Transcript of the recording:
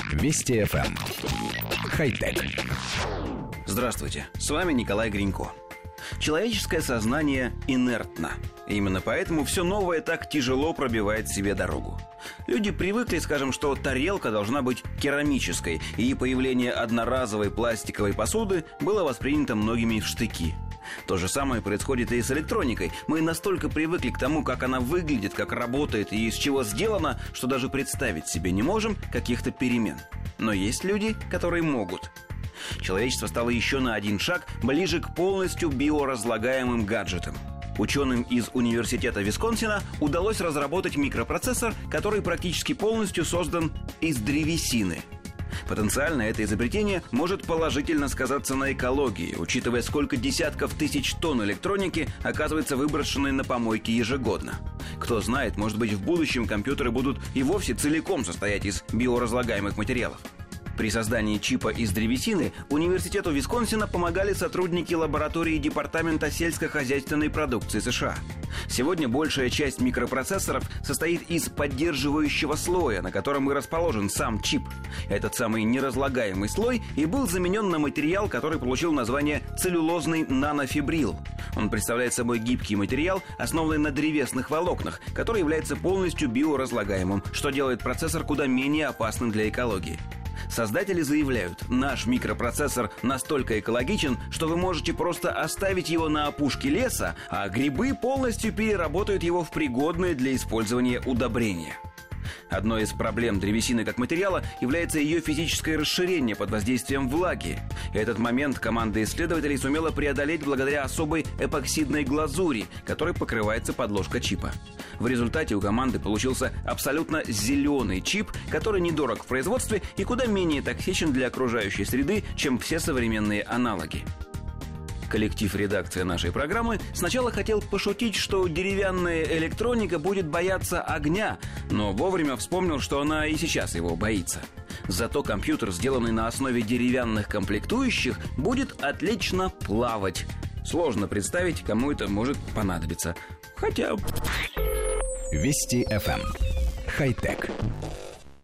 Вести ФМ. Хай-тек. Здравствуйте, с вами Николай Гринько. Человеческое сознание инертно. Именно поэтому все новое так тяжело пробивает себе дорогу. Люди привыкли, скажем, что тарелка должна быть керамической, и появление одноразовой пластиковой посуды было воспринято многими в штыки. То же самое происходит и с электроникой. Мы настолько привыкли к тому, как она выглядит, как работает и из чего сделана, что даже представить себе не можем каких-то перемен. Но есть люди, которые могут. Человечество стало еще на один шаг ближе к полностью биоразлагаемым гаджетам. Ученым из университета Висконсина удалось разработать микропроцессор, который практически полностью создан из древесины. Потенциально это изобретение может положительно сказаться на экологии, учитывая, сколько десятков тысяч тонн электроники оказывается выброшенной на помойки ежегодно. Кто знает, может быть, в будущем компьютеры будут и вовсе целиком состоять из биоразлагаемых материалов. При создании чипа из древесины университету Висконсина помогали сотрудники лаборатории Департамента сельскохозяйственной продукции США. Сегодня большая часть микропроцессоров состоит из поддерживающего слоя, на котором и расположен сам чип. Этот самый неразлагаемый слой и был заменен на материал, который получил название целлюлозный нанофибрил. Он представляет собой гибкий материал, основанный на древесных волокнах, который является полностью биоразлагаемым, что делает процессор куда менее опасным для экологии. Создатели заявляют, наш микропроцессор настолько экологичен, что вы можете просто оставить его на опушке леса, а грибы полностью переработают его в пригодное для использования удобрение. Одной из проблем древесины как материала является ее физическое расширение под воздействием влаги. Этот момент команда исследователей сумела преодолеть благодаря особой эпоксидной глазури, которой покрывается подложка чипа. В результате у команды получился абсолютно зеленый чип, который недорог в производстве и куда менее токсичен для окружающей среды, чем все современные аналоги. Коллектив редакции нашей программы сначала хотел пошутить, что деревянная электроника будет бояться огня, но вовремя вспомнил, что она и сейчас его боится. Зато компьютер, сделанный на основе деревянных комплектующих, будет отлично плавать. Сложно представить, кому это может понадобиться. Хотя... Вести ФМ. Хай-тек.